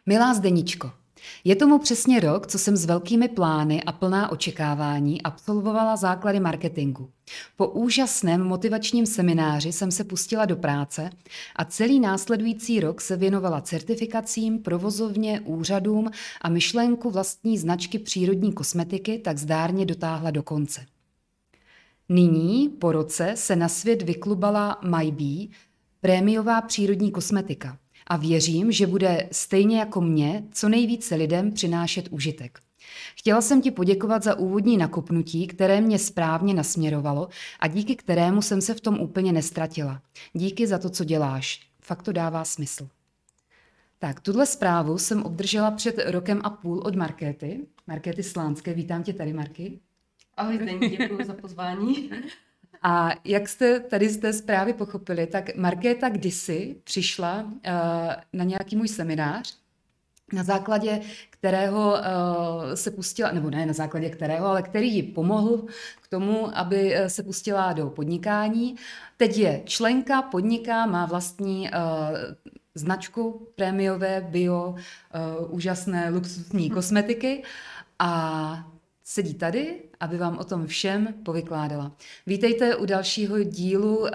Milá Zdeničko, je tomu přesně rok, co jsem s velkými plány a plná očekávání absolvovala základy marketingu. Po úžasném motivačním semináři jsem se pustila do práce a celý následující rok se věnovala certifikacím, provozovně, úřadům a myšlenku vlastní značky přírodní kosmetiky tak zdárně dotáhla do konce. Nyní, po roce, se na svět vyklubala MyBee, prémiová přírodní kosmetika. A věřím, že bude stejně jako mě co nejvíce lidem přinášet užitek. Chtěla jsem ti poděkovat za úvodní nakopnutí, které mě správně nasměrovalo a díky kterému jsem se v tom úplně nestratila. Díky za to, co děláš. Fakt to dává smysl. Tak, tuhle zprávu jsem obdržela před rokem a půl od Markéty Slánské. Vítám tě tady, Marky. Ahoj, Zdeň, děkuji za pozvání. A jak jste tady z té zprávy pochopili, tak Markéta kdysi přišla na nějaký můj seminář, na základě kterého se pustila, nebo ne na základě kterého, ale který ji pomohl k tomu, aby se pustila do podnikání. Teď je členka, podniká, má vlastní značku prémiové, bio, úžasné luxusní kosmetiky a sedí tady, aby vám o tom všem povykládala. Vítejte u dalšího dílu,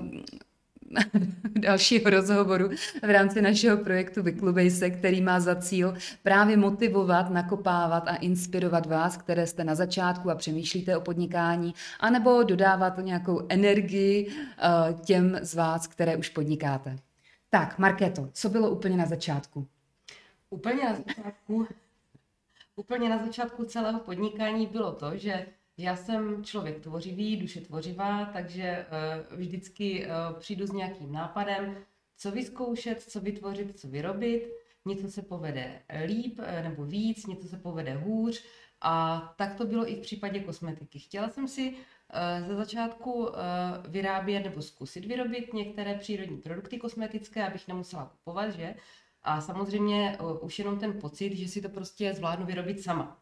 dalšího rozhovoru v rámci našeho projektu Vyklubej se, který má za cíl právě motivovat, nakopávat a inspirovat vás, které jste na začátku a přemýšlíte o podnikání, anebo dodávat nějakou energii těm z vás, které už podnikáte. Tak, Markéto, co bylo úplně na začátku? Úplně na začátku celého podnikání bylo to, že já jsem člověk tvořivý, duše tvořivá, takže vždycky přijdu s nějakým nápadem, co vyzkoušet, co vytvořit, co vyrobit. Něco se povede líp nebo víc, něco se povede hůř a tak to bylo i v případě kosmetiky. Chtěla jsem si ze začátku vyrábět nebo zkusit vyrobit některé přírodní produkty kosmetické, abych nemusela kupovat, že? A samozřejmě už jenom ten pocit, že si to prostě zvládnu vyrobit sama.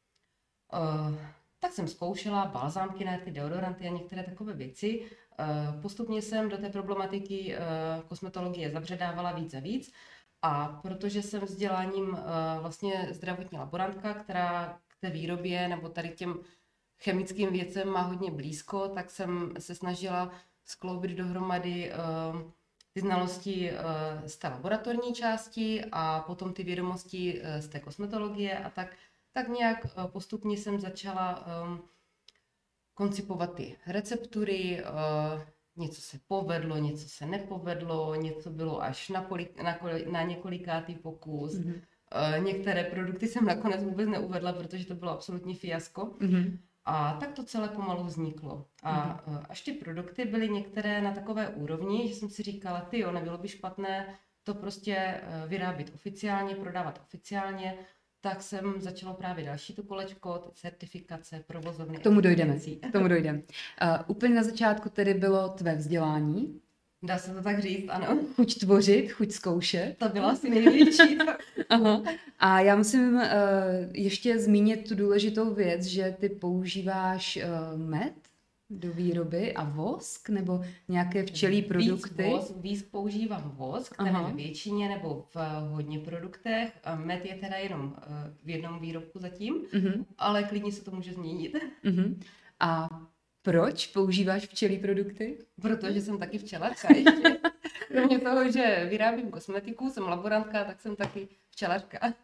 Tak jsem zkoušela balzámky na ty deodoranty a některé takové věci. Postupně jsem do té problematiky kosmetologie zabředávala víc a víc. A protože jsem vzděláním vlastně zdravotní laborantka, která k té výrobě nebo tady těm chemickým věcem má hodně blízko, tak jsem se snažila skloubit dohromady ty znalosti z té laboratorní části a potom ty vědomosti z té kosmetologie a tak nějak postupně jsem začala koncipovat ty receptury, něco se povedlo, něco se nepovedlo, něco bylo až na několikátý pokus. Mm-hmm. Některé produkty jsem nakonec vůbec neuvedla, protože to bylo absolutní fiasko. Mm-hmm. A tak to celé pomalu vzniklo. A až ty produkty byly některé na takové úrovni, že jsem si říkala, nebylo by špatné to prostě vyrábět oficiálně, prodávat oficiálně, tak jsem začala právě další to kolečko, ty certifikace, provozovny. K tomu dojdeme. Úplně na začátku tedy bylo tvé vzdělání. Dá se to tak říct, ano. Chuť tvořit, chuť zkoušet. To bylo asi největší. Aha. A já musím ještě zmínit tu důležitou věc, že ty používáš med do výroby a vosk nebo nějaké včelí produkty. Víc používám vosk, který ve většině nebo v hodně produktech. Med je teda jenom v jednom výrobku zatím, ale klidně se to může změnit. A proč používáš včelí produkty? Protože jsem taky včelařka ještě. Kromě toho, že vyrábím kosmetiku, jsem laborantka, tak jsem taky včelařka.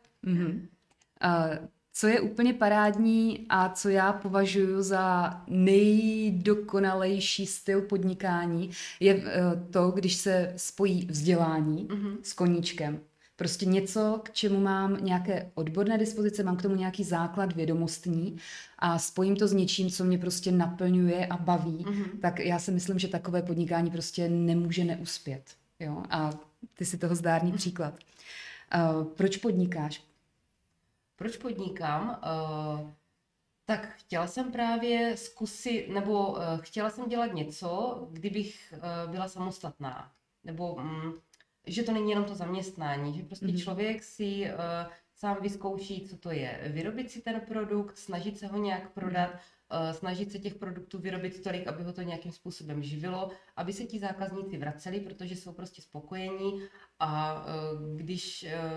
Co je úplně parádní a co já považuji za nejdokonalejší styl podnikání, je to, když se spojí vzdělání s koníčkem. Prostě něco, k čemu mám nějaké odborné dispozice, mám k tomu nějaký základ vědomostní a spojím to s něčím, co mě prostě naplňuje a baví, tak já si myslím, že takové podnikání prostě nemůže neuspět. Jo? A ty si toho zdárný příklad. Proč podnikáš? Proč podnikám? Tak chtěla jsem právě zkusit, nebo chtěla jsem dělat něco, kdybych byla samostatná. Nebo že to není jenom to zaměstnání, že prostě člověk si sám vyzkouší, co to je. Vyrobit si ten produkt, snažit se ho nějak prodat, snažit se těch produktů vyrobit tolik, aby ho to nějakým způsobem živilo, aby se ti zákazníci vraceli, protože jsou prostě spokojení a když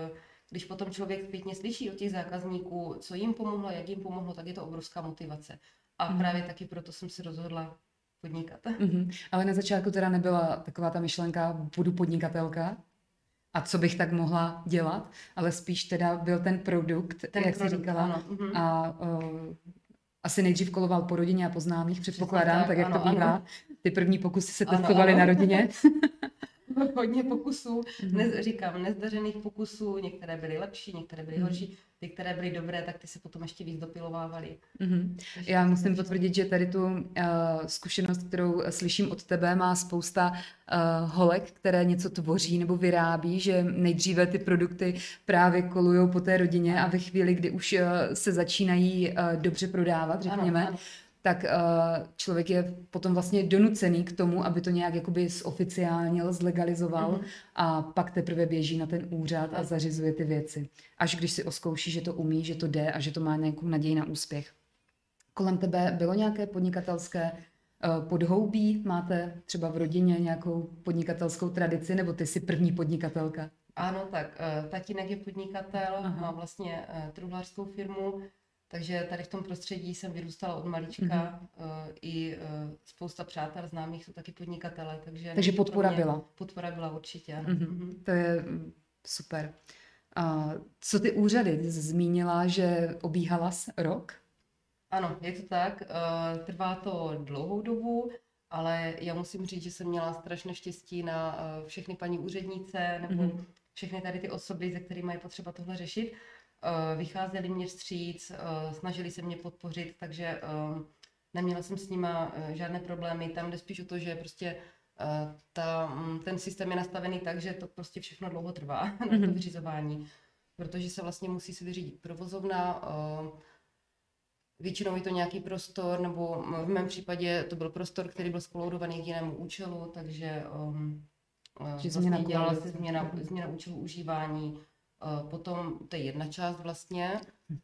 když potom člověk zpětně slyší od těch zákazníků, co jim pomohlo, jak jim pomohlo, tak je to obrovská motivace. A právě taky proto jsem se rozhodla podnikat. Ale na začátku teda nebyla taková ta myšlenka, budu podnikatelka a co bych tak mohla dělat, ale spíš teda byl ten produkt, jak jsi říkala. Ano. A asi nejdřív koloval po rodině a po známých, předpokládám, tak jak ano, to bývá. ano. Ty první pokusy se testovaly na rodině. Hodně pokusů, říkám, nezdařených pokusů, některé byly lepší, některé byly horší, ty, které byly dobré, tak ty se potom ještě víc dopilovávaly. Já musím potvrdit, že tady tu zkušenost, kterou slyším od tebe, má spousta holek, které něco tvoří nebo vyrábí, že nejdříve ty produkty právě kolujou po té rodině a ve chvíli, kdy už se začínají dobře prodávat, řekněme, ano. tak člověk je potom vlastně donucený k tomu, aby to nějak jakoby zoficiálnil, zlegalizoval a pak teprve běží na ten úřad a zařizuje ty věci. Až když si oskouší, že to umí, že to jde a že to má nějakou naději na úspěch. Kolem tebe bylo nějaké podnikatelské podhoubí? Máte třeba v rodině nějakou podnikatelskou tradici, nebo ty jsi první podnikatelka? Ano, tak tatínek je podnikatel, má vlastně truhlářskou firmu, takže tady v tom prostředí jsem vyrůstala od malička. I spousta přátel známých jsou taky podnikatele. Takže podpora byla? Podpora byla určitě, ano. To je super. Co ty úřady? Ty jsi zmínila, že obíhala jsi rok? Ano, je to tak. Trvá to dlouhou dobu, ale já musím říct, že jsem měla strašné štěstí na všechny paní úřednice nebo všechny tady ty osoby, se kterými je potřeba tohle řešit. Vycházeli mě vstříc, snažili se mě podpořit, takže neměla jsem s nima žádné problémy. Tam jde spíš o to, že prostě ten systém je nastavený tak, že to prostě všechno dlouho trvá na to vyřizování, protože se vlastně musí si vyřídit provozovna, většinou je to nějaký prostor, nebo v mém případě to byl prostor, který byl skoloudovaný k jinému účelu, takže vlastně dělala se změna účelu užívání. Potom to je jedna část vlastně,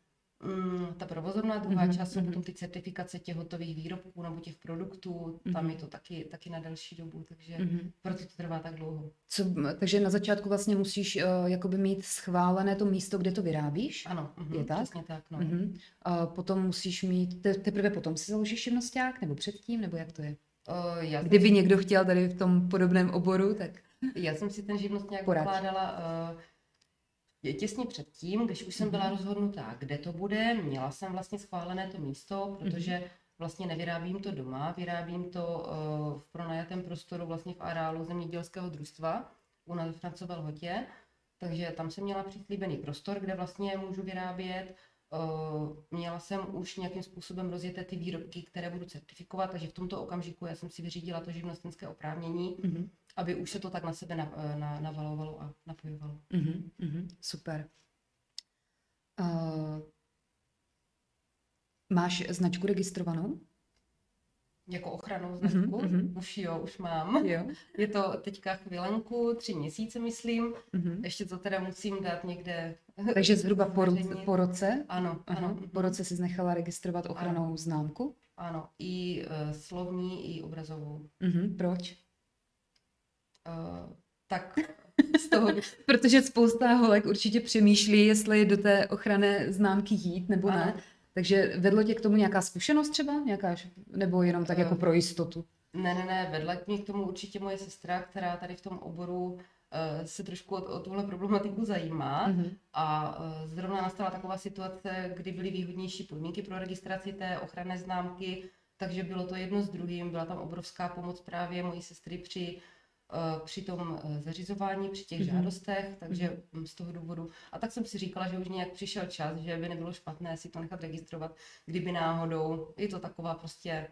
ta provozovna, druhá část jsou potom ty certifikace těch hotových výrobků nebo těch produktů, tam je to taky na delší dobu, takže proto to trvá tak dlouho. Takže na začátku vlastně musíš jakoby mít schválené to místo, kde to vyrábíš? Ano, je tak? Přesně tak. No. Potom musíš mít, teprve potom si založíš živnosťák, nebo předtím, nebo jak to je? Kdyby někdo chtěl tady v tom podobném oboru, tak... Já jsem si ten živnostňák vykládala těsně předtím, když už jsem byla rozhodnutá, kde to bude, měla jsem vlastně schválené to místo, protože vlastně nevyrábím to doma, vyrábím to v pronajatém prostoru vlastně v areálu zemědělského družstva u nás v Francové Lhotě, takže tam jsem měla přislíbený prostor, kde vlastně můžu vyrábět. Měla jsem už nějakým způsobem rozjeté ty výrobky, které budu certifikovat, takže v tomto okamžiku já jsem si vyřídila to živnostenské oprávnění, aby už se to tak na sebe navalovalo a napojovalo. Super. Máš značku registrovanou? Jako ochrannou značku? Už mám. Jo. Je to teďka chvilenku, 3 měsíce myslím. Ještě to teda musím dát někde. Takže zhruba po roce? Ano. Po roce jsi nechala registrovat ochrannou známku? Ano, i slovní, i obrazovou. Proč? Tak z toho... Protože spousta holek určitě přemýšlí, jestli do té ochranné známky jít nebo ne. Takže vedlo tě k tomu nějaká zkušenost třeba? Nebo jenom tak jako pro jistotu? Ne, vedla mě k tomu určitě moje sestra, která tady v tom oboru se trošku o tuhle problematiku zajímá. A zrovna nastala taková situace, kdy byly výhodnější podmínky pro registraci té ochranné známky, takže bylo to jedno s druhým. Byla tam obrovská pomoc právě mojí sestry při tom zařizování, při těch žádostech, takže z toho důvodu. A tak jsem si říkala, že už nějak přišel čas, že by nebylo špatné si to nechat registrovat, kdyby náhodou. Je to taková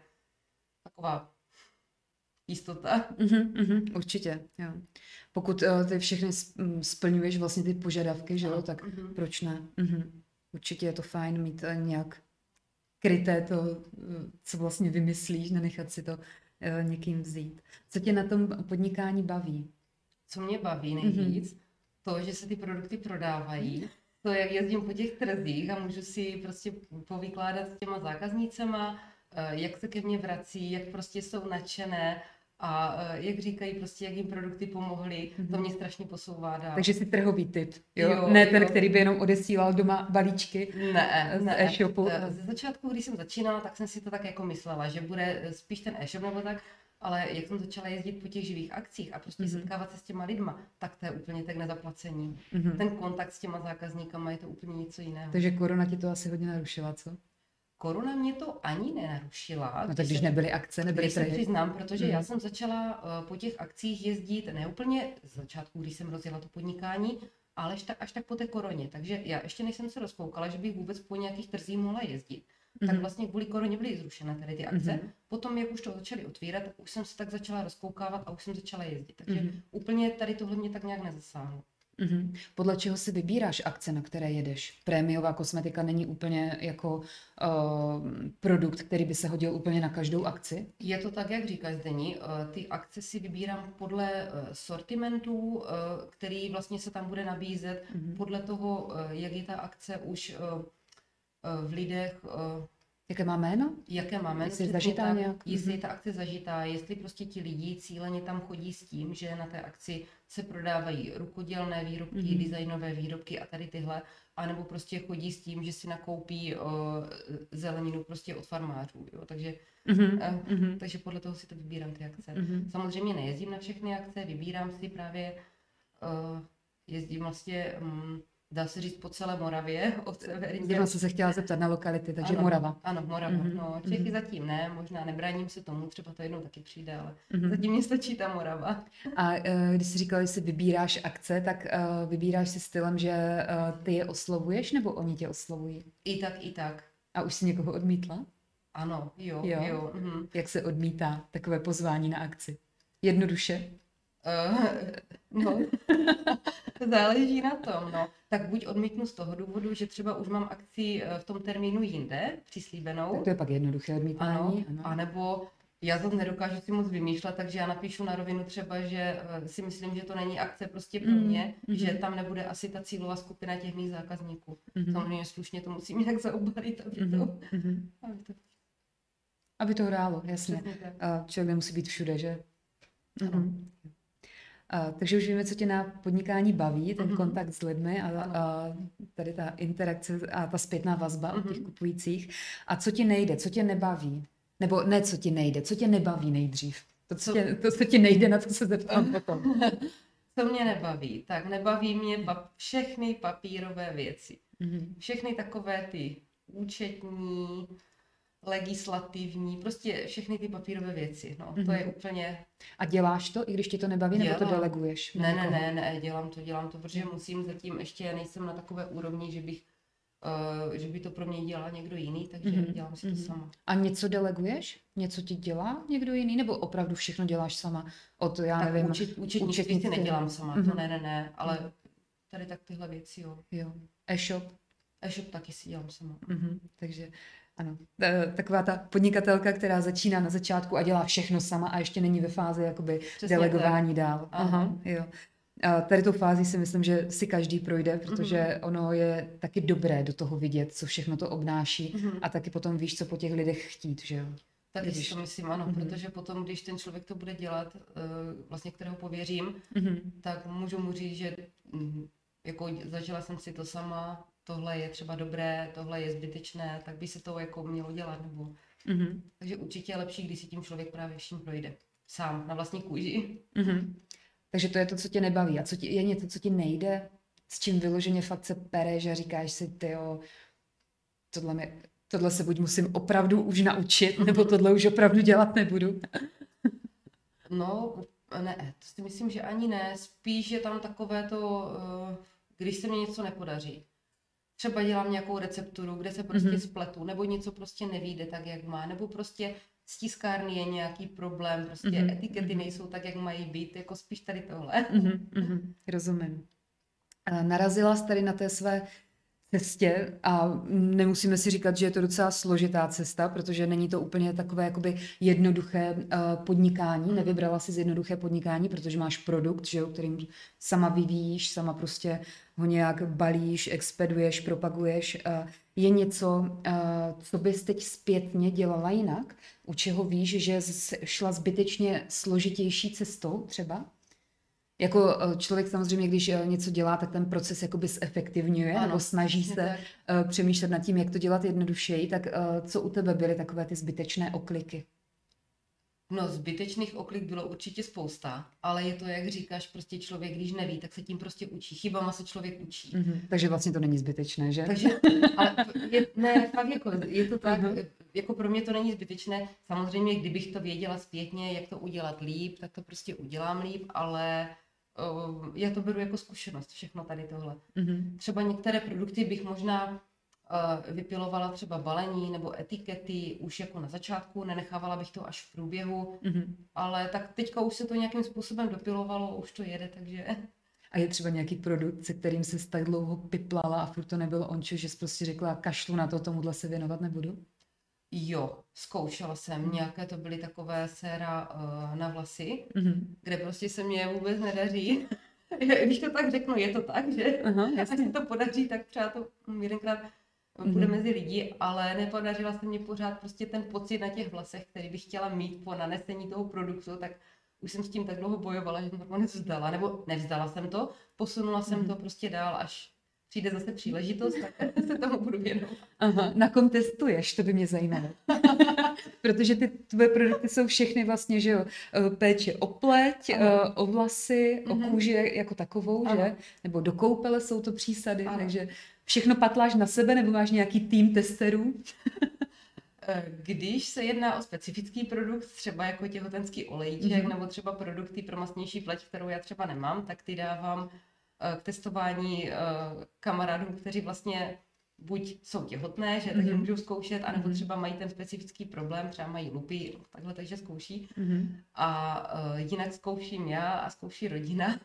jistota. Určitě, jo. Pokud ty všechny splňuješ vlastně ty požadavky, že jo, tak proč ne? Určitě je to fajn mít nějak kryté to, co vlastně vymyslíš, nenechat si to někým vzít. Co tě na tom podnikání baví? Co mě baví nejvíc, to, že se ty produkty prodávají, to, jak jezdím po těch trzích a můžu si prostě povykládat s těma zákaznícema, jak se ke mně vrací, jak prostě jsou nadšené a jak říkají, prostě jak jim produkty pomohly, to mě strašně posouvá dál. Takže jsi trhový typ, jo? Jo, Ne ten, jo. který by jenom odesílal doma balíčky z e-shopu. Ze začátku, když jsem začínala, tak jsem si to tak jako myslela, že bude spíš ten e-shop nebo tak, ale jak jsem začala jezdit po těch živých akcích a prostě setkávat se s těma lidma, tak to je úplně tak nezaplacení. Ten kontakt s těma zákazníkama je to úplně něco jiného. Takže korona ti to asi hodně narušila, co? Korona mě to ani nenarušila. No tak když nebyly akce, nebyly trhy. trhy. Přiznám, protože já jsem začala po těch akcích jezdit ne úplně z začátku, když jsem rozjela to podnikání, ale až tak po té koroně. Takže já ještě než jsem se rozkoukala, že bych vůbec po nějakých trzích mohla jezdit, tak vlastně kvůli koroně byly zrušené tady ty akce. Potom, jak už to začali otvírat, už jsem se tak začala rozkoukávat a už jsem začala jezdit. Takže úplně tady tohle mě tak nějak nezasáhlo. Podle čeho si vybíráš akce, na které jedeš? Prémiová kosmetika není úplně jako produkt, který by se hodil úplně na každou akci? Je to tak, jak říkáš, Zdení. Ty akce si vybírám podle sortimentů, který vlastně se tam bude nabízet, podle toho, jak je ta akce už v lidech. Jaké má jméno? Jaké máme? Jestli je zažitá nějak? Jestli je ta akce zažitá, jestli prostě ti lidi cíleně tam chodí s tím, že na té akci se prodávají rukodělné výrobky, designové výrobky a tady tyhle, anebo prostě chodí s tím, že si nakoupí zeleninu prostě od farmářů. Jo? Takže podle toho si to vybírám ty akce. Samozřejmě nejezdím na všechny akce, vybírám si právě, jezdím vlastně... dá se říct po celé Moravě, od severní. Zrovna jsem se chtěla zeptat na lokality, takže ano, Morava. Ano, Morava. No, Čechy zatím ne, možná nebráním se tomu, třeba to jednou taky přijde, ale zatím mě stačí ta Morava. A když jsi říkala, že si vybíráš akce, tak vybíráš si stylem, že ty je oslovuješ, nebo oni tě oslovují? I tak. A už jsi někoho odmítla? Ano, jo. Jak se odmítá takové pozvání na akci? Jednoduše? No, záleží na tom, no. Tak buď odmítnu z toho důvodu, že třeba už mám akci v tom termínu jinde, přislíbenou. Tak to je pak jednoduché odmítání. Ano. Anebo já to nedokážu si moc vymýšlet, takže já napíšu na rovinu třeba, že si myslím, že to není akce prostě pro mě, že tam nebude asi ta cílová skupina těch mých zákazníků. Samozřejmě slušně to musím nějak zaobalit, aby to hrálo, jasně. Člověk nemusí být všude, že? Takže už víme, co tě na podnikání baví, ten kontakt s lidmi a tady ta interakce a ta zpětná vazba od těch kupujících. A co ti nejde, co tě nebaví? Nebo ne, co ti nejde, co tě nebaví nejdřív? Co ti nejde, na to se zeptám potom. Co mě nebaví? Tak nebaví mě všechny papírové věci. Všechny takové ty účetní, legislativní, prostě všechny ty papírové věci. No, to je úplně... A děláš to, i když ti to nebaví, nebo to deleguješ? Ne, dělám to, protože musím zatím ještě, nejsem na takové úrovni, že by to pro mě dělal někdo jiný, takže dělám si to sama. A něco deleguješ? Něco ti dělá někdo jiný? Nebo opravdu všechno děláš sama? Nevím, účetnictví si nedělám sama, to ne, ale tady tak tyhle věci, jo. E-shop? E-shop taky si dělám sama. Takže ano, taková ta podnikatelka, která začíná na začátku a dělá všechno sama a ještě není ve fázi jakoby delegování dál. Jo. A tady tu fázi si myslím, že si každý projde, protože ono je taky dobré do toho vidět, co všechno to obnáší a taky potom víš, co po těch lidech chtít, že jo. Taky si to myslím, ano, protože potom, když ten člověk to bude dělat, vlastně kterého pověřím, tak můžu mu říct, že jako zažila jsem si to sama, tohle je třeba dobré, tohle je zbytečné, tak by se to jako mělo dělat. Nebo... Takže určitě je lepší, když si tím člověk právě vším projde. Sám, na vlastní kůži. Takže to je to, co tě nebaví. A je něco, co ti nejde? S čím vyloženě fakt se pereš a říkáš si, tyjo, tohle se buď musím opravdu už naučit, nebo tohle už opravdu dělat nebudu? No, ne, to si myslím, že ani ne. Spíš je tam takové to, když se mi něco nepodaří. Třeba dělám nějakou recepturu, kde se prostě spletu, nebo něco prostě nevyjde tak, jak má, nebo prostě z tiskárny je nějaký problém, prostě etikety nejsou tak, jak mají být, jako spíš tady tohle. Rozumím. Narazila jsi tady na té své cestě a nemusíme si říkat, že je to docela složitá cesta, protože není to úplně takové jakoby jednoduché podnikání. Nevybrala si z jednoduché podnikání, protože máš produkt, že jo, kterým sama vyvíjíš, sama prostě ho nějak balíš, expeduješ, propaguješ. Je něco, co bys teď zpětně dělala jinak? U čeho víš, že šla zbytečně složitější cestou třeba? Jako člověk samozřejmě, když něco dělá, tak ten proces jakoby zefektivňuje, Ano, nebo snaží přesně se přemýšlet nad tím, jak to dělat jednodušeji, tak co u tebe byly takové ty zbytečné okliky? No, zbytečných oklik bylo určitě spousta, ale je to, jak říkáš, prostě člověk, když neví, tak se tím prostě učí. Chybama se člověk učí. Takže vlastně to není zbytečné, že? Takže, ale ne, fakt jako, je to tak, jako pro mě to není zbytečné. Samozřejmě, kdybych to věděla zpětně, jak to udělat líp, tak to prostě udělám líp, ale já to beru jako zkušenost, všechno tady tohle. Třeba některé produkty bych možná vypilovala třeba balení nebo etikety už jako na začátku, nenechávala bych to až v průběhu, ale tak teďka už se to nějakým způsobem dopilovalo, už to jede, takže... A je třeba nějaký produkt, se kterým jsi tak dlouho piplala a furt to nebylo ončo, že jsi prostě řekla, kašlu na to, tomuhle se věnovat nebudu? Jo, zkoušela jsem, nějaké to byly takové séra na vlasy, kde prostě se mě vůbec nedaří. Když to tak řeknu, je to tak, že až se to podaří, tak třeba to jedenkrát bude mezi lidi, ale nepodařila se mě pořád prostě ten pocit na těch vlasech, který bych chtěla mít po nanesení toho produktu, tak už jsem s tím tak dlouho bojovala, že jsem to nevzdala, nebo nevzdala jsem to, posunula jsem to prostě dál, až přijde zase příležitost, tak se tomu budu věnovat. Aha, na kom testuješ, to by mě zajímalo. Protože ty tvoje produkty jsou všechny vlastně, že jo, péče o pleť, o vlasy, o kůži jako takovou, že? Nebo do koupele jsou to přísady, takže všechno patláš na sebe, nebo máš nějaký tým testerů? Když se jedná o specifický produkt, třeba jako těhotenský olejček, nebo třeba produkty pro masnější pleť, kterou já třeba nemám, tak ty dávám k testování kamarádům, kteří vlastně buď jsou těhotné, že takže můžou zkoušet, anebo třeba mají ten specifický problém, třeba mají lupy, takhle, takže zkouší. A jinak zkouším já a zkouší rodina.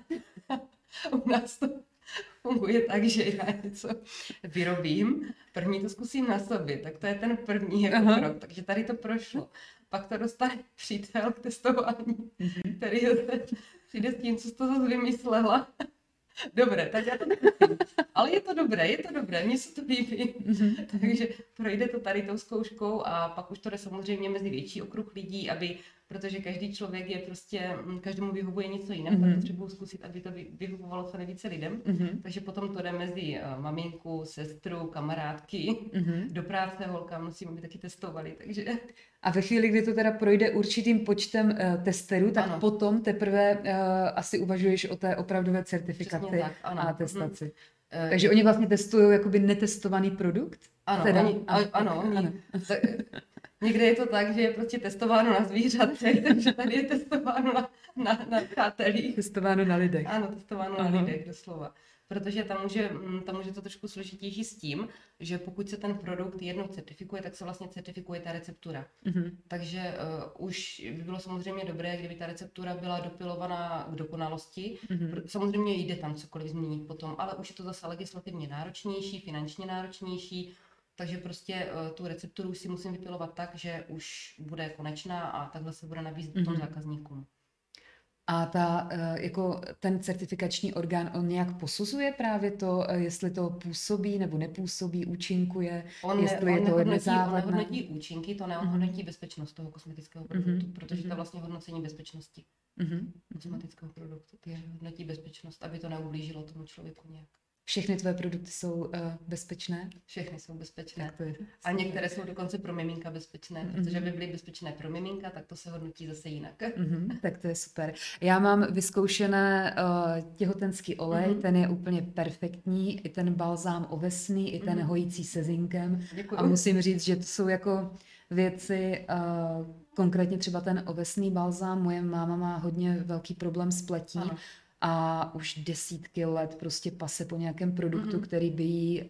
U nás to funguje tak, že já něco vyrobím, první to zkusím na sobě, tak to je ten první jako krok, takže tady to prošlo. Pak to dostane přítel k testování, který přijde s tím, co jsi to zase vymyslela. Dobré, tak já to nekusím. Ale je to dobré, mně se to líbí. Takže projde to tady tou zkouškou a pak už to jde samozřejmě mezi větší okruh lidí, protože každý člověk je prostě, každému vyhovuje něco jiného, tak potřebuji zkusit, aby to vyhovovalo co nejvíce lidem. Takže potom to jde mezi maminku, sestru, kamarádky, do práce holkám, musím, aby taky testovali, takže... A ve chvíli, kdy to teda projde určitým počtem testerů, tak potom teprve asi uvažuješ o té opravdové certifikaci tak, a atestaci. Takže oni vlastně testují jakoby netestovaný produkt? Ano, teda, oni. Někde je to tak, že je prostě testováno na zvířatech, takže tady je testováno na přátelích. Testováno na lidech. Ano, testováno na lidech, doslova. Protože tam může to trošku složitější s tím, že pokud se ten produkt jednou certifikuje, tak se vlastně certifikuje ta receptura. Takže už by bylo samozřejmě dobré, kdyby ta receptura byla dopilovaná k dokonalosti. Samozřejmě jde tam cokoliv změnit potom, ale už je to zase legislativně náročnější, finančně náročnější. Takže prostě tu recepturu už si musím vypilovat tak, že už bude konečná a takhle se bude nabízet tom zákazníkům. A jako ten certifikační orgán, on nějak posuzuje právě to, jestli to působí nebo nepůsobí, účinkuje, jestli je to nezávadné? On nehodnotí účinky, to nehodnotí bezpečnost toho kosmetického produktu, protože to je vlastně hodnocení bezpečnosti kosmetického produktu. Hodnotí bezpečnost, aby to neublížilo tomu člověku nějak. Všechny tvé produkty jsou bezpečné? Všechny jsou bezpečné. A některé jsou dokonce pro miminka bezpečné, protože by byly bezpečné pro miminka, tak to se hodnotí zase jinak. Tak to je super. Já mám vyzkoušené těhotenský olej, ten je úplně perfektní, i ten balzám ovesný, i ten hojící se zinkem. Děkuju. A musím říct, že to jsou jako věci, konkrétně třeba ten ovesný balzám, moje máma má hodně velký problém s pletí. Ano. A už desítky let prostě pase po nějakém produktu, který by jí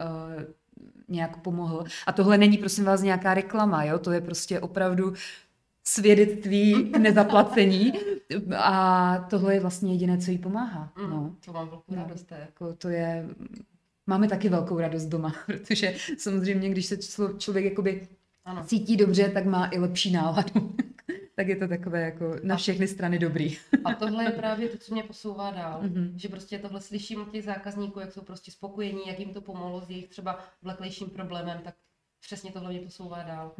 nějak pomohl. A tohle není, prosím vás, nějaká reklama, jo? To je prostě opravdu svědectví k nezaplacení. A tohle je vlastně jediné, co jí pomáhá. To mám velkou radost. Jako to je Máme taky velkou radost doma, protože samozřejmě, když se člověk jakoby Ano. cítí dobře, tak má i lepší náladu. Tak je to takové jako na všechny strany dobrý. A tohle je právě to, co mě posouvá dál. Že prostě tohle slyším od těch zákazníků, jak jsou prostě spokojení, jak jim to pomohlo s jejich třeba vleklejším problémem, tak přesně tohle mě posouvá dál.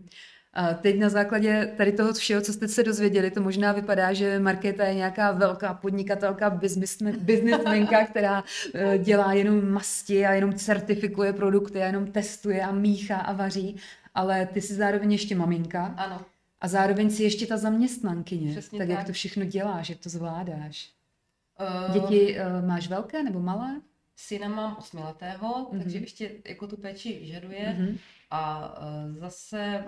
A teď na základě tady toho všeho, co jste se dozvěděli, to možná vypadá, že Markéta je nějaká velká podnikatelka, businessmanka, která dělá jenom masti a jenom certifikuje produkty a jenom testuje a míchá a vaří, ale ty jsi zároveň ještě maminka. Ano. A zároveň si ještě ta zaměstnankyně. Přesně tak tak. jak to všechno děláš, jak to zvládáš? Děti máš velké nebo malé? Syna mám 8letého, takže ještě jako tu péči vyžaduje. A zase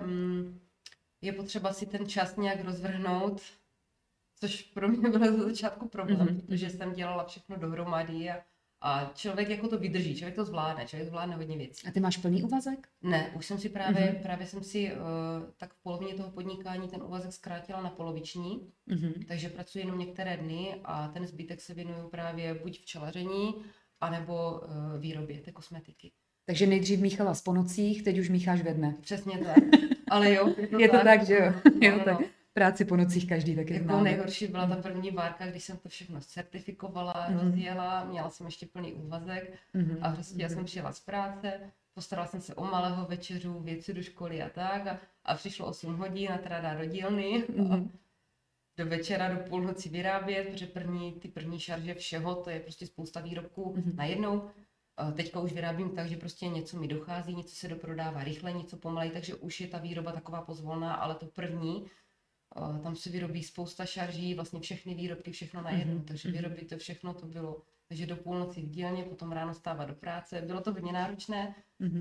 je potřeba si ten čas nějak rozvrhnout, což pro mě byl za začátku problém, protože jsem dělala všechno dohromady a člověk jako to vydrží, člověk to zvládne, člověk zvládne hodně věcí. A ty máš plný úvazek? Ne, už jsem si právě jsem si tak v polovině toho podnikání ten úvazek zkrátila na poloviční, takže pracuji jenom některé dny a ten zbytek se věnuju právě buď včelaření, anebo výrobě té kosmetiky. Takže nejdřív míchala po nocích, teď už mícháš ve dne. Přesně tak. Ale jo. Je to tak, že jo? Jo, No. tak práci po nocích každý taky Jako známe. nejhorší byla ta první várka, když jsem to všechno certifikovala, rozjela, měla jsem ještě plný úvazek a prostě já jsem přijela z práce, postarala jsem se o malého večeřu, věci do školy a tak a přišlo 8 hodin a teda dá do dílny a do večera, do půlnoci vyrábět, protože ty první šarže všeho, to je prostě spousta výrobků najednou. Teďka už vyrábím tak, že prostě něco mi dochází, něco se doprodává rychle, něco pomalej, takže už je ta výroba taková pozvolná, ale to první, tam se vyrobí spousta šarží, vlastně všechny výrobky, všechno najednou, takže vyrobit to všechno to bylo. Takže do půlnoci v dílně, potom ráno stávat do práce, bylo to hodně náročné,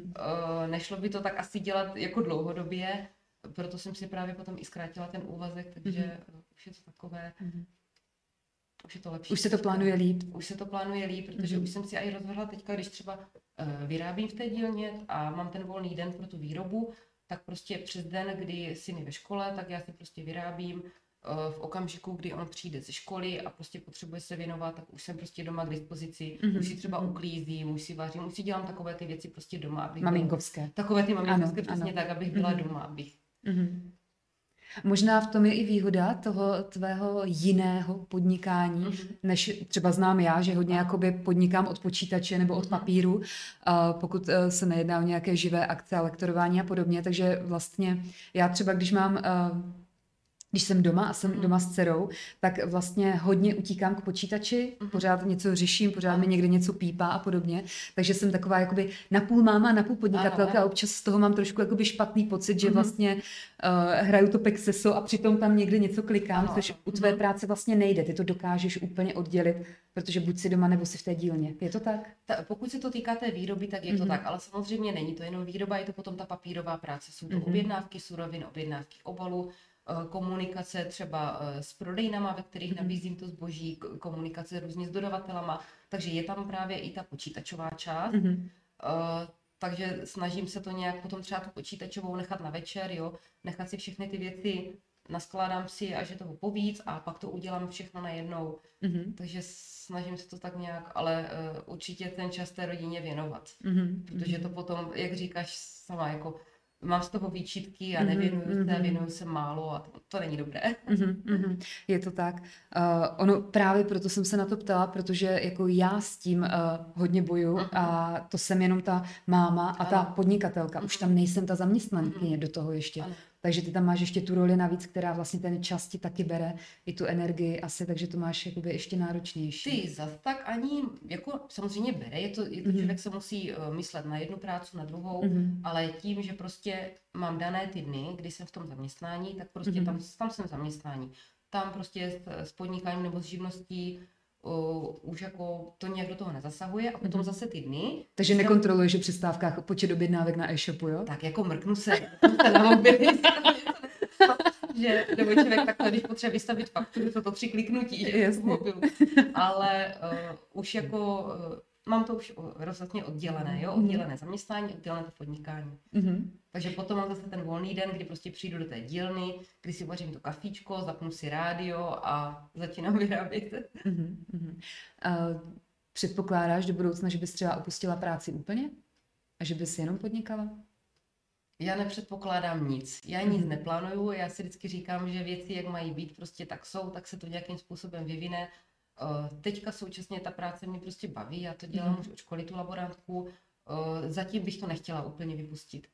nešlo by to tak asi dělat jako dlouhodobě, proto jsem si právě potom i zkrátila ten úvazek, takže už je to takové... Už je to lepší. Už se to plánuje líp. Už se to plánuje líp, protože už jsem si i rozhodla teďka, když třeba vyrábím v té dílně a mám ten volný den pro tu výrobu, tak prostě přes den, kdy syn je ve škole, tak já si prostě vyrábím v okamžiku, kdy on přijde ze školy a prostě potřebuje se věnovat, tak už jsem prostě doma k dispozici, už si třeba uklízím, už si vařím, už si dělám takové ty věci prostě doma. Maminkovské. Takové ty maminkovské, přesně tak, abych byla doma, Možná v tom je i výhoda toho tvého jiného podnikání, než třeba znám já, že hodně jakoby podnikám od počítače nebo od papíru, pokud se nejedná o nějaké živé akce, lektorování a podobně. Takže vlastně já třeba, když jsem doma a jsem doma s dcerou, tak vlastně hodně utíkám k počítači, pořád něco řeším, pořád mi někde něco pípá a podobně. Takže jsem taková jakoby napůl máma, napůl podnikatelka a občas z toho mám trošku jakoby špatný pocit, že vlastně hraju to pexeso a přitom tam někde něco klikám, což u tvé práce vlastně nejde. Ty to dokážeš úplně oddělit, protože buď si doma, nebo si v té dílně. Je to tak? Pokud se to týká té výroby, tak je to tak, ale samozřejmě není to jenom výroba, je to potom ta papírová práce. Jsou to objednávky surovin, objednávky obalů, komunikace třeba s prodejnama, ve kterých nabízím to zboží, komunikace různě s dodavatelama, takže je tam právě i ta počítačová část. Takže snažím se to nějak potom třeba tu počítačovou nechat na večer, jo, nechat si všechny ty věci, naskládám si, až je toho povíc a pak to udělám všechno najednou. Takže snažím se to tak nějak, ale určitě ten čas té rodině věnovat, protože to potom, jak říkáš sama, jako mám z toho výčitky a věnuju se málo a to není dobré. Je to tak. Ono právě proto jsem se na to ptala, protože jako já s tím hodně bojuju a to jsem jenom ta máma a ta podnikatelka. Už tam nejsem ta zaměstnankyně do toho ještě. Takže ty tam máš ještě tu roli navíc, která vlastně ten čas ti taky bere, i tu energii asi, takže to máš jakoby ještě náročnější. Ty zas tak ani, jako samozřejmě bere, je to člověk se musí myslet na jednu práci, na druhou, ale tím, že prostě mám dané ty dny, kdy jsem v tom zaměstnání, tak prostě tam jsem zaměstnání. Tam prostě s podnikáním nebo s živností už jako to nějak do toho nezasahuje a potom zase ty dny. Takže nekontroluješ v přestávkách počet objednávek na e-shopu, jo? Tak jako mrknu se na mobil, že nebo člověk takhle, když potřebuje vystavit fakturu, to 3 kliknutí, že v mobilu. Ale už jako mám to už rozhodně oddělené, jo? Oddělené zaměstnání, oddělené to podnikání. Takže potom mám zase ten volný den, kdy prostě přijdu do té dílny, kdy si vařím to kafíčko, zapnu si rádio a začínám vyrábět. Předpokládáš do budoucna, že bys třeba opustila práci úplně? A že bys jenom podnikala? Já nepředpokládám nic. Já nic neplánuju, já si vždycky říkám, že věci, jak mají být, prostě tak jsou, tak se to nějakým způsobem vyvine. Teďka současně ta práce mě prostě baví, já to dělám už od školy, tu laborantku. Zatím bych to nechtěla úplně vypustit.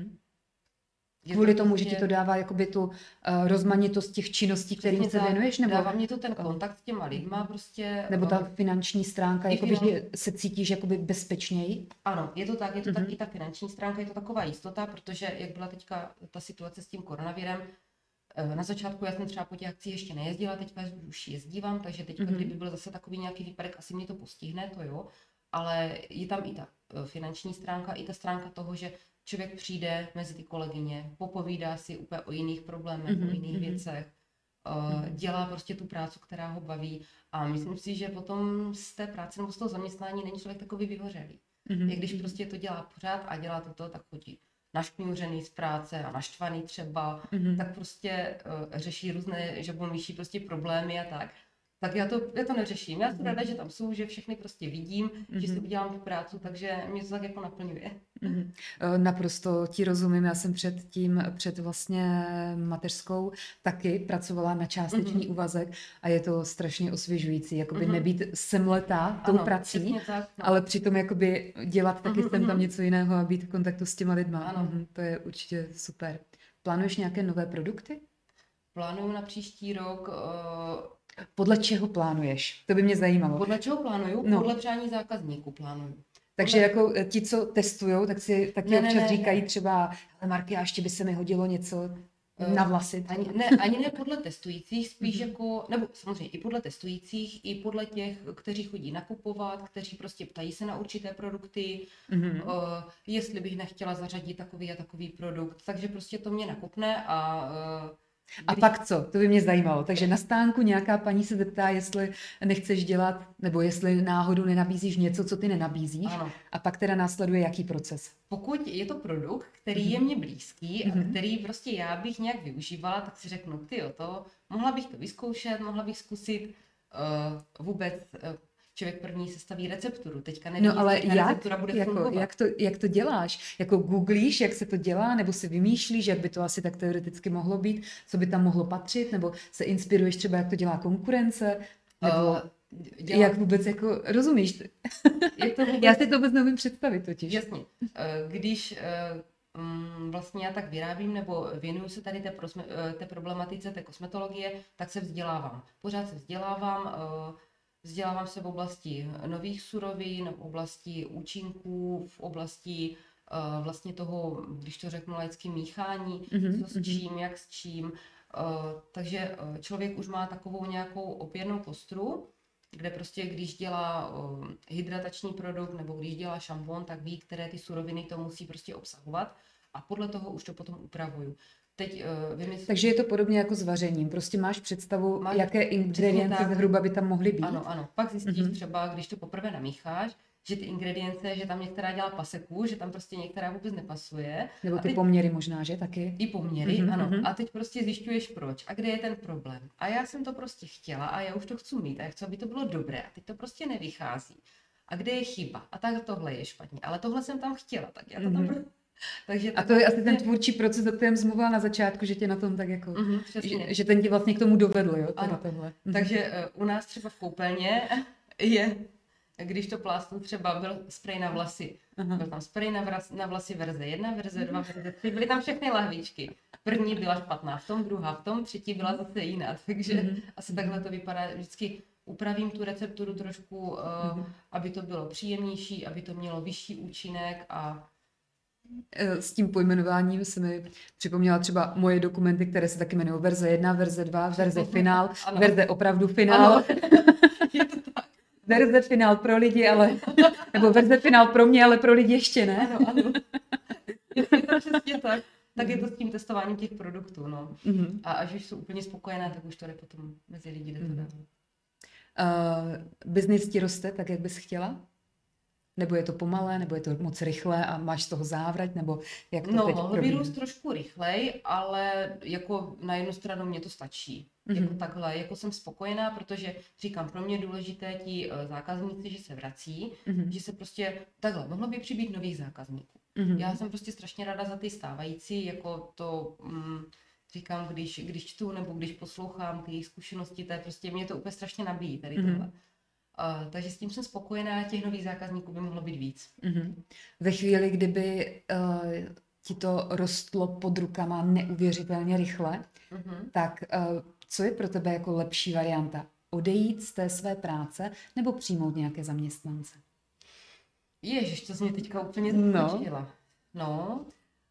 Kvůli tomu, že ti to dává jakoby tu rozmanitost těch činností, kterým se věnuješ? Nebo dává mě to ten kontakt s těma lidma prostě. Nebo ta finanční stránka, jakoby, že se cítíš jakoby bezpečněji? Ano, je to tak i ta finanční stránka, je to taková jistota, protože jak byla teďka ta situace s tím koronavirem, na začátku já jsem třeba po těch akcích ještě nejezdila, teďka už jezdívám, takže teďka, kdyby byl zase takový nějaký výpadek, asi mě to postihne, to jo, ale je tam i ta finanční stránka, i ta stránka toho, že člověk přijde mezi ty kolegyně, popovídá si úplně o jiných problémech, o jiných věcech, dělá prostě tu práci, která ho baví a myslím si, že potom z té práce nebo z toho zaměstnání není člověk takový vyhořelý. Jak když prostě to dělá pořád a dělá to, tak chodí naškňuřený z práce a naštvaný třeba, tak prostě řeší různé žabomyší prostě problémy a tak. Tak já to neřeším. Já jsem ráda, že tam jsou, že všechny prostě vidím, že si udělám tu práci, takže mě to tak jako naplňuje. Naprosto ti rozumím. Já jsem před vlastně mateřskou taky pracovala na částečný úvazek a je to strašně osvěžující, jakoby nebýt semletá tou prací, tak, no. ale přitom jakoby dělat taky sem tam něco jiného a být v kontaktu s těma lidma. To je určitě super. Plánuješ nějaké nové produkty? Plánuju na příští rok. Podle čeho plánuješ? To by mě zajímalo. Podle čeho plánuju? No. Podle přání zákazníků plánuju. Takže jako ti, co testujou, tak si taky občas říkají třeba, ale Marky, a ještě by se mi hodilo něco na vlasy. Ani ne podle testujících, spíš jako, nebo samozřejmě i podle testujících, i podle těch, kteří chodí nakupovat, kteří prostě ptají se na určité produkty, jestli bych nechtěla zařadit takový a takový produkt. Takže prostě to mě nakopne A pak co? To by mě zajímalo. Takže na stánku nějaká paní se zeptá, jestli nechceš dělat, nebo jestli náhodou nenabízíš něco, co ty nenabízíš. Ano. A pak teda následuje jaký proces? Pokud je to produkt, který je mně blízký a který prostě já bych nějak využívala, tak si řeknu, mohla bych to vyzkoušet, mohla bych zkusit vůbec... Člověk první sestaví recepturu. Teďka nevím, no ale receptura bude fungovat. Jak to děláš? Jako googlíš, jak se to dělá, nebo si vymýšlíš, jak by to asi tak teoreticky mohlo být, co by tam mohlo patřit, nebo se inspiruješ třeba, jak to dělá konkurence, nebo jak vůbec jako rozumíš? Já si to vůbec nevím představit totiž. Jasně. Když vlastně já tak vyrábím nebo věnuju se tady té problematice, té kosmetologie, tak se vzdělávám. Pořád se vzdělávám. Vzdělávám se v oblasti nových surovin, v oblasti účinků, v oblasti vlastně toho, když to řeknu laicky, míchání, co s čím, jak s čím. Takže člověk už má takovou nějakou opěrnou kostru, kde prostě když dělá hydratační produkt nebo když dělá šampon, tak ví, které ty suroviny to musí prostě obsahovat a podle toho už to potom upravuju. Takže je to podobně jako s vařením. Prostě máš představu, jaké ingredience zhruba by tam mohly být. Ano. Pak zjistíš třeba, když to poprvé namícháš, že ty ingredience, že tam některá dělá paseku, že tam prostě některá vůbec nepasuje. Nebo ty poměry možná, že taky? I poměry, ano. A teď prostě zjišťuješ proč a kde je ten problém. A já jsem to prostě chtěla a já už to chci mít a já chci, aby to bylo dobré a teď to prostě nevychází. A kde je chyba? A tak tohle je špatně. Ale tohle jsem tam chtěla, tak já to tam... Takže a to je asi ten tvůrčí proces, o kterém jsi mluvila na začátku, že tě na tom tak jako, že ten tě vlastně k tomu dovedl, jo? Ano. Takže u nás třeba v koupelně je, když to plástnu, třeba byl sprej na vlasy. Byl tam sprej na vlasy verze 1, verze 2, verze 3, byly tam všechny lahvičky. První byla špatná v tom, druhá v tom, třetí byla zase jiná, takže asi takhle to vypadá. Vždycky upravím tu recepturu trošku, aby to bylo příjemnější, aby to mělo vyšší účinek a s tím pojmenováním se mi připomněla třeba moje dokumenty, které se taky jmenují verze 1, verze 2, verze finál, verze opravdu finál. Ano. Je to tak. Verze finál pro lidi, ale nebo verze finál pro mě, ale pro lidi ještě ne. Ano. Je to přesně tak. Tak je to s tím testováním těch produktů, no. A až už jsou úplně spokojené, tak už to jde potom mezi lidi, jde to dál. Biznis ti roste tak, jak bys chtěla? Nebo je to pomalé, nebo je to moc rychle a máš z toho závrať, nebo jak to teď probíhá? Mohl by růst trošku rychleji, ale jako na jednu stranu mě to stačí. jako takhle, jako jsem spokojená, protože říkám, pro mě je důležité ti zákazníci, že se vrací, že se prostě takhle, mohlo by přibýt nových zákazníků. Já jsem prostě strašně ráda za ty stávající, jako to říkám, když čtu nebo když poslouchám ty jejich zkušenosti, to je prostě, mě to úplně strašně nabíjí tady tohle. Takže s tím jsem spokojená, těch nových zákazníků by mohlo být víc. Ve chvíli, kdyby ti to rostlo pod rukama neuvěřitelně rychle, tak co je pro tebe jako lepší varianta? Odejít z té své práce nebo přijmout nějaké zaměstnance? Ježiš, to jsi mě teďka úplně zaskočila. No.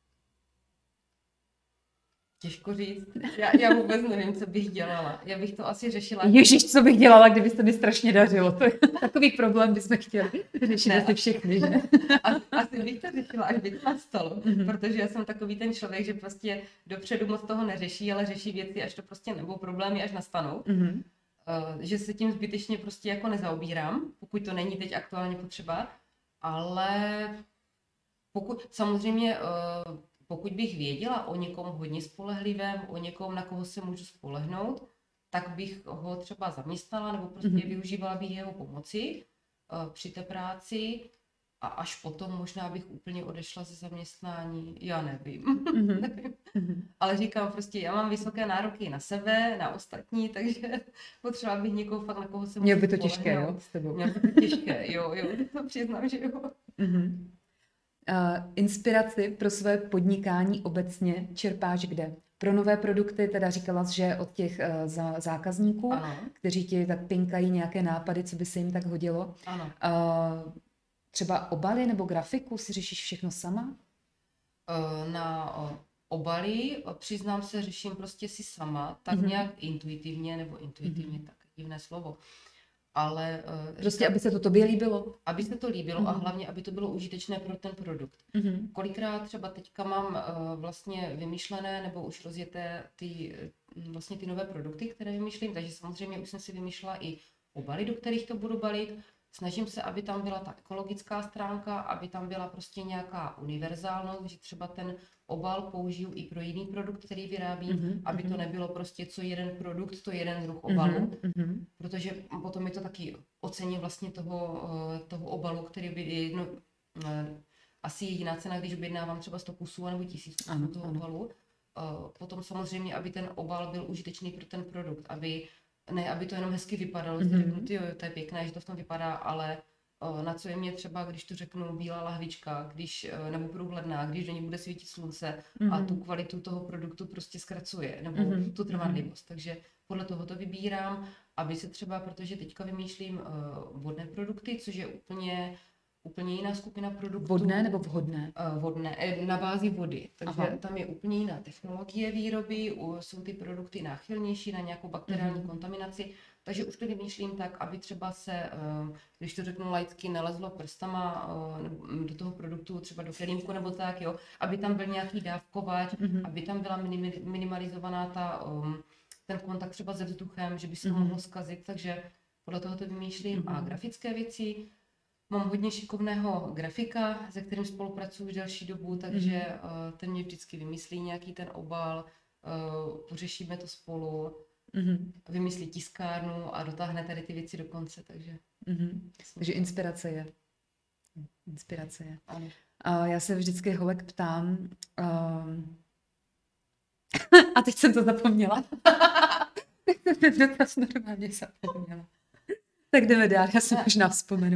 Těžko říct. Já vůbec nevím, co bych dělala. Já bych to asi řešila. Ježiš, co bych dělala, kdyby se mi strašně dařilo. To je takový problém, bychom chtěli řešit asi všechny, že? Asi bych to řešila, až by to nastalo. Protože já jsem takový ten člověk, že prostě dopředu moc toho neřeší, ale řeší věci, až to prostě nebo problémy, až nastanou. Že se tím zbytečně prostě jako nezaobírám, pokud to není teď aktuálně potřeba. Ale pokud bych věděla o někom hodně spolehlivém, o někom, na koho se můžu spolehnout, tak bych ho třeba zaměstnala nebo prostě využívala bych jeho pomoci při té práci a až potom možná bych úplně odešla ze zaměstnání, já nevím. Ale říkám prostě, já mám vysoké nároky na sebe, na ostatní, takže potřeba bych někoho fakt, na koho se můžu spolehnout. Měl by to těžké, jo, s tebou. Měl by to těžké, jo, to přiznám, že jo. Inspiraci pro své podnikání obecně čerpáš kde? Pro nové produkty teda říkala jsi, že od těch zákazníků, kteří ti tak pinkají nějaké nápady, co by se jim tak hodilo. Ano. Třeba obaly nebo grafiku si řešíš všechno sama? Na obaly, přiznám se, řeším prostě si sama, tak nějak intuitivně, tak divné slovo. Ale prostě, aby se to tobě líbilo. Aby se to líbilo a hlavně, aby to bylo užitečné pro ten produkt. Kolikrát třeba teďka mám vlastně vymyšlené nebo už rozjeté ty nové produkty, které vymýšlím, takže samozřejmě už jsem si vymýšlela i obaly, do kterých to budu balit. Snažím se, aby tam byla ta ekologická stránka, aby tam byla prostě nějaká univerzálnost, že třeba ten obal použiju i pro jiný produkt, který vyrábím, aby to nebylo prostě co jeden produkt, to jeden druh obalu, protože potom je to taky ocení vlastně toho obalu, který by asi jediná cena, když objednávám třeba 100 kusů nebo 1000 kusů toho obalu. Potom samozřejmě, aby ten obal byl užitečný pro ten produkt, aby to jenom hezky vypadalo, to je pěkné, že to v tom vypadá, ale na co je mě třeba, když to řeknu bílá lahvička, nebo průhledná, když do ní bude svítit slunce a tu kvalitu toho produktu prostě zkracuje, nebo tu trvanlivost. Takže podle toho to vybírám, aby se třeba, protože teďka vymýšlím vodné produkty, což je úplně jiná skupina produktů. Vodné nebo vhodné? Vodné, na bázi vody. Takže tam je úplně jiná technologie výroby, jsou ty produkty náchylnější na nějakou bakteriální kontaminaci. Takže už to vymýšlím tak, aby třeba se, když to řeknu laicky, nelezlo prstama do toho produktu, třeba do kelímku nebo tak, jo, aby tam byl nějaký dávkovač, aby tam byla minimalizovaná ten kontakt třeba se vzduchem, že by se mohlo zkazit, takže podle toho to vymýšlím. A grafické věci, mám hodně šikovného grafika, se kterým spolupracuji už delší dobu, takže ten mě vždycky vymyslí nějaký ten obal, pořešíme to spolu, vymyslí tiskárnu a dotáhne tady ty věci do konce, takže... Takže inspirace je. Ano. Já se vždycky holek ptám, a teď jsem to zapomněla. Ten dotaz normálně zapomněla. Tak jdeme dál, já si možná vzpomenu.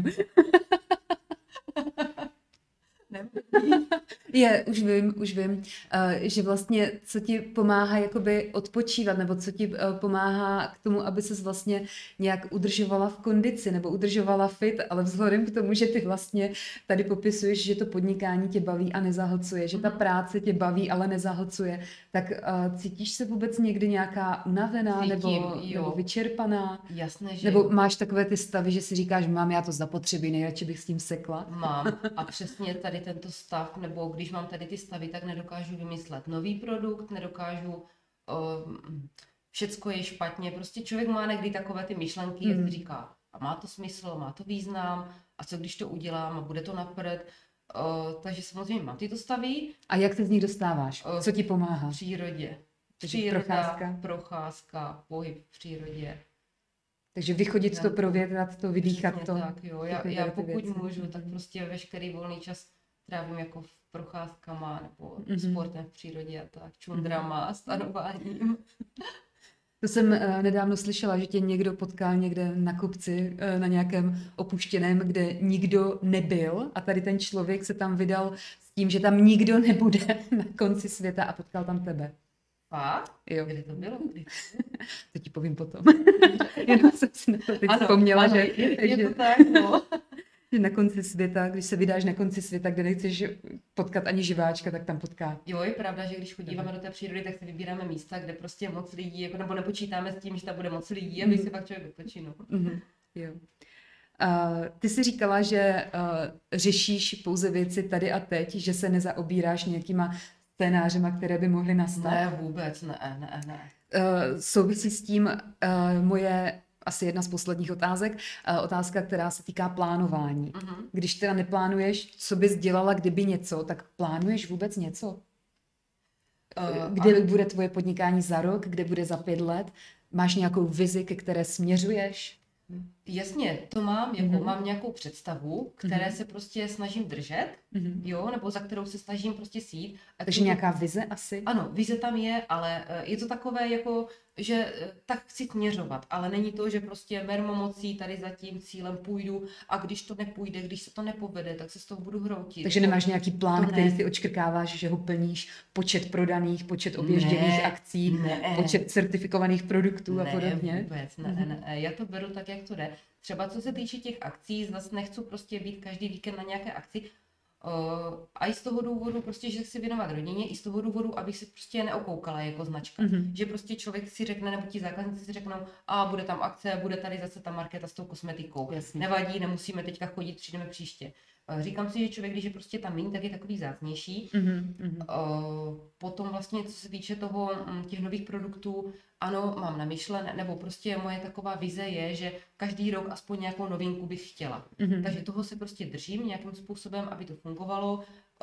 Už vím, že vlastně co ti pomáhá jakoby odpočívat, nebo co ti pomáhá k tomu, aby ses vlastně nějak udržovala v kondici, nebo udržovala fit, ale vzhledem k tomu, že ty vlastně tady popisuješ, že to podnikání tě baví a nezahlcuje, že ta práce tě baví, ale nezahlcuje, tak cítíš se vůbec někdy nějaká unavená, nebo vyčerpaná? Jasné, že... Nebo máš takové ty stavy, že si říkáš, mám já to zapotřebí, nejradši bych s tím sekla? Mám a přesně tady tento stav, nebo když mám tady ty stavy, tak nedokážu vymyslet nový produkt, nedokážu, všecko je špatně, prostě člověk má někdy takové ty myšlenky, jak si říká, a má to smysl, má to význam, a co když to udělám a bude to na prd, takže samozřejmě mám tyto stavy. A jak se z nich dostáváš? Co ti pomáhá? V přírodě. Příroda, procházka, pohyb v přírodě. Takže vychodit to, provětrat to, vydýchat to. Tak, jo. Já pokud můžu, tak prostě veškerý volný čas trávím jako v procházkama nebo sportem v přírodě a tak, čundrama, stanováním. To jsem nedávno slyšela, že tě někdo potkal někde na kopci, na nějakém opuštěném, kde nikdo nebyl a tady ten člověk se tam vydal s tím, že tam nikdo nebude na konci světa a potkal tam tebe. A? Jo. Kde to bylo? To ti povím potom. Jenom jsem si na to teď vzpomněla, že je to tak, no. Že na konci světa, když se vydáš na konci světa, kde nechceš potkat ani živáčka, tak tam potká. Jo, je pravda, že když chodíváme do té přírody, tak si vybíráme místa, kde prostě moc lidí, jako, nebo nepočítáme s tím, že tam bude moc lidí, aby si pak člověk odpočinul. Jo. Ty jsi říkala, že řešíš pouze věci tady a teď, že se nezaobíráš nějakýma scénářema, které by mohly nastat? Ne, vůbec, ne. Souvisí s tím moje asi jedna z posledních otázek, otázka, která se týká plánování. Když teda neplánuješ, co bys dělala, kdyby něco, tak plánuješ vůbec něco? Kde bude tvoje podnikání za rok, kde bude za 5 let? Máš nějakou vizi, ke které směřuješ? Jasně, to mám, jako mám nějakou představu, které se prostě snažím držet, jo, nebo za kterou se snažím prostě sít. Takže nějaká vize asi? Ano, vize tam je, ale je to takové jako, že tak chci směřovat, ale není to, že prostě mermomocí tady za tím cílem půjdu a když to nepůjde, když se to nepovede, tak se z toho budu hroutit. Takže nemáš nějaký plán, který si odškrkáváš, že ho plníš, počet prodaných, počet obježděných akcí, počet certifikovaných produktů a podobně? Vůbec, ne. Já to beru tak, jak to jde. Třeba co se týče těch akcí, zase nechci prostě být každý víkend na nějaké akci, a i z toho důvodu, prostě, že chci věnovat rodině, i z toho důvodu, abych se prostě neokoukala jako značka. Že prostě člověk si řekne, nebo ti zákazníci si řeknou, a bude tam akce, bude tady zase ta marketa s tou kosmetikou. Jasně. Nevadí, nemusíme teďka chodit, přijdeme příště. Říkám si, že člověk, když je prostě tam míň, tak je takový vzácnější. Potom vlastně, co se týče toho, těch nových produktů, ano, mám namyšlené, nebo prostě moje taková vize je, že každý rok aspoň nějakou novinku bych chtěla. Takže toho se prostě držím nějakým způsobem, aby to fungovalo.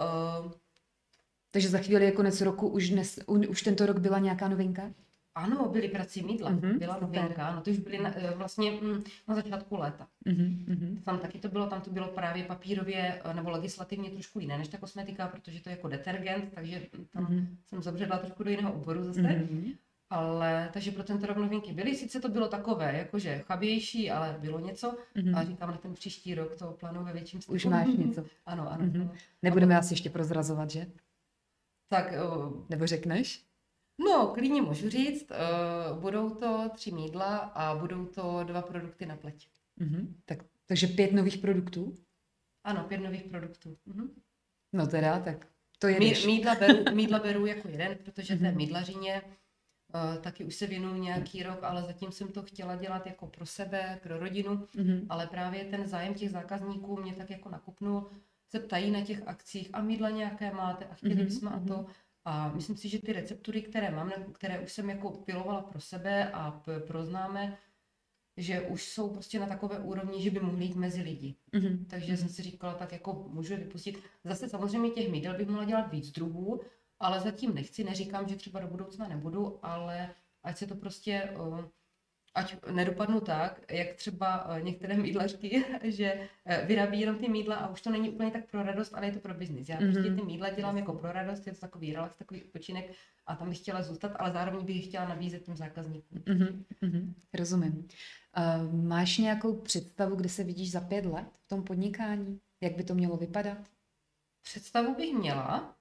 Takže za chvíli je konec roku, už tento rok byla nějaká novinka? Ano, byly prací mýdla, byla novinka, no to už byly vlastně na začátku léta. Tam taky to bylo právě papírově nebo legislativně trošku jiné než ta kosmetika, protože to je jako detergent, takže tam jsem zabředla trošku do jiného oboru zase. Ale, takže pro tento rok novinky byly, sice to bylo takové, jakože chabější, ale bylo něco a říkám, na ten příští rok to plánuju ve větším styku. Už máš něco. Ano. Nebudeme asi ještě prozrazovat, že? Tak. Nebo řekneš? No, klidně můžu říct, budou to 3 mýdla a budou to 2 produkty na pleť. Takže 5 nových produktů? Ano, 5 nových produktů. No teda, tak to jedeš. Mýdla beru jako jeden, protože té mýdlařině taky už se věnuju nějaký rok, ale zatím jsem to chtěla dělat jako pro sebe, pro rodinu, ale právě ten zájem těch zákazníků mě tak jako nakupnul, se ptají na těch akcích a mýdla nějaké máte a chtěli bychom a to. A myslím si, že ty receptury, které mám, které už jsem jako pilovala pro sebe a pro známé, že už jsou prostě na takové úrovni, že by mohly jít mezi lidi. Takže jsem si říkala, tak jako můžu je vypustit. Zase samozřejmě těch mýdel bych mohla dělat víc druhů, ale zatím nechci, neříkám, že třeba do budoucna nebudu, ale ať se to prostě, ať nedopadnu tak, jak třeba některé mýdlařky, že vyrábí jenom ty mýdla a už to není úplně tak pro radost, ale je to pro biznis. Já prostě ty mýdla dělám jako pro radost, je to takový relax, takový odpočinek a tam bych chtěla zůstat, ale zároveň bych chtěla nabízet těm zákazníkům. Rozumím. Máš nějakou představu, kde se vidíš za 5 let v tom podnikání? Jak by to mělo vypadat? Představu bych měla,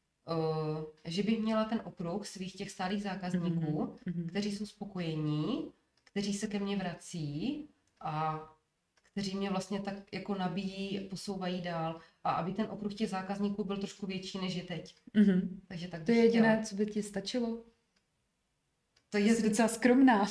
že bych měla ten okruh svých těch stálých zákazníků, kteří jsou spokojení, kteří se ke mně vrací a kteří mě vlastně tak jako nabíjí, posouvají dál a aby ten okruh těch zákazníků byl trošku větší než je teď. Takže tak to je jediné, co by ti stačilo? To je docela skromná.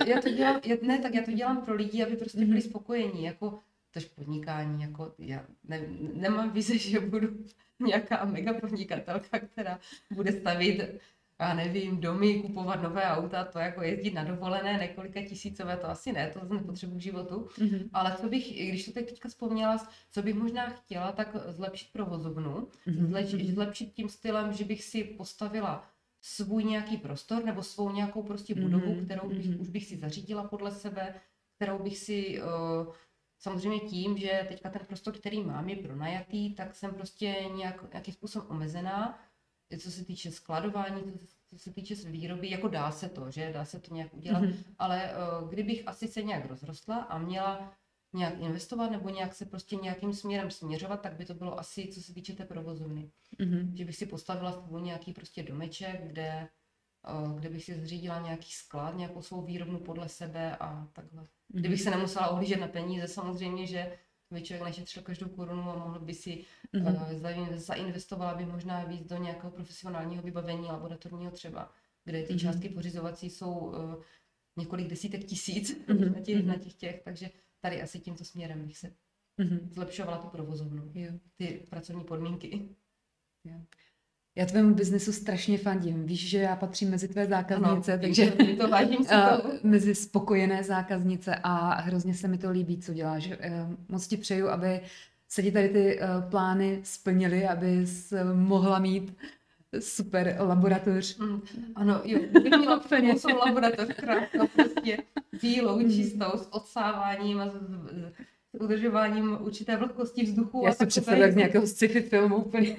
Já to dělám pro lidi, aby prostě byli spokojení, jako tož podnikání, jako já nemám vize, že budu nějaká mega podnikatelka, která bude stavit, já nevím, domy, kupovat nové auta, to jako jezdit na dovolené, několika tisícové, to asi ne, to nepotřebuji k životu. Ale co bych, když to teďka vzpomněla, co bych možná chtěla, tak zlepšit provozovnu, zlepšit tím stylem, že bych si postavila svůj nějaký prostor nebo svou nějakou prostě budovu, kterou už bych si zařídila podle sebe, kterou bych si samozřejmě tím, že teďka ten prostor, který mám, je pronajatý, tak jsem prostě nějakým způsobem omezená, co se týče skladování, co se týče výroby, jako dá se to nějak udělat, ale kdybych asi se nějak rozrostla a měla nějak investovat nebo nějak se prostě nějakým směrem směřovat, tak by to bylo asi, co se týče té provozovny. Že bych si postavila svůj nějaký prostě domeček, kde bych si zřídila nějaký sklad, nějakou svou výrobnu podle sebe a takhle. Kdybych se nemusela ohlížet na peníze, samozřejmě, že by člověk nešetřil každou korunu a mohl by si zainvestovala by možná víc do nějakého profesionálního vybavení, laboratorního třeba, kde ty částky pořizovací jsou několik desítek tisíc na těch, takže tady asi tímto směrem bych se zlepšovala tu provozovnu, ty pracovní podmínky. Jo. Já tvému biznesu strašně fandím. Víš, že já patřím mezi tvé zákaznice, ano, takže to vážím si mezi spokojené zákaznice a hrozně se mi to líbí, co děláš. Moc ti přeju, aby se ti tady ty plány splnily, aby jsi mohla mít super laboratoř. Ano, jo, bych měla svou laboratoř krásnou, prostě bílou, čistou, s odsáváním a s udržováním určité vlhkosti vzduchu. Já si představím z nějakého sci-fi filmu úplně.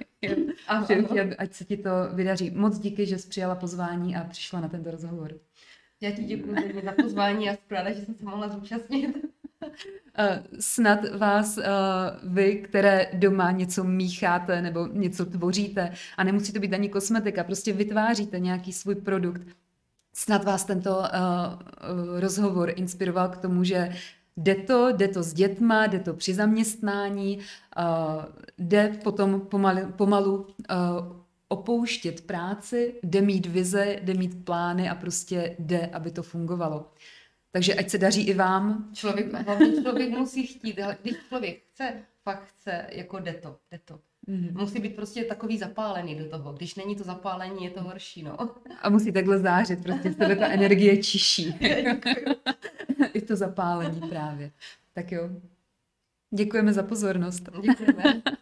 Ať se ti to vydaří. Moc díky, že jsi přijala pozvání a přišla na tento rozhovor. Já ti děkuji za pozvání a jsem ráda, že jsem se mohla zúčastnit. Snad vás vy, které doma něco mícháte nebo něco tvoříte a nemusí to být ani kosmetika, prostě vytváříte nějaký svůj produkt. Snad vás tento rozhovor inspiroval k tomu, že jde to s dětma, jde to při zaměstnání, jde potom pomalu opouštět práci, jde mít vize, jde mít plány a prostě jde, aby to fungovalo. Takže ať se daří i vám. Člověk musí chtít, ale když člověk fakt chce, jako jde to. Musí být prostě takový zapálený do toho. Když není to zapálení, je to horší, no. A musí takhle zářit, prostě z tebe ta energie čiší. I to zapálení právě. Tak jo. Děkujeme za pozornost. Děkujeme.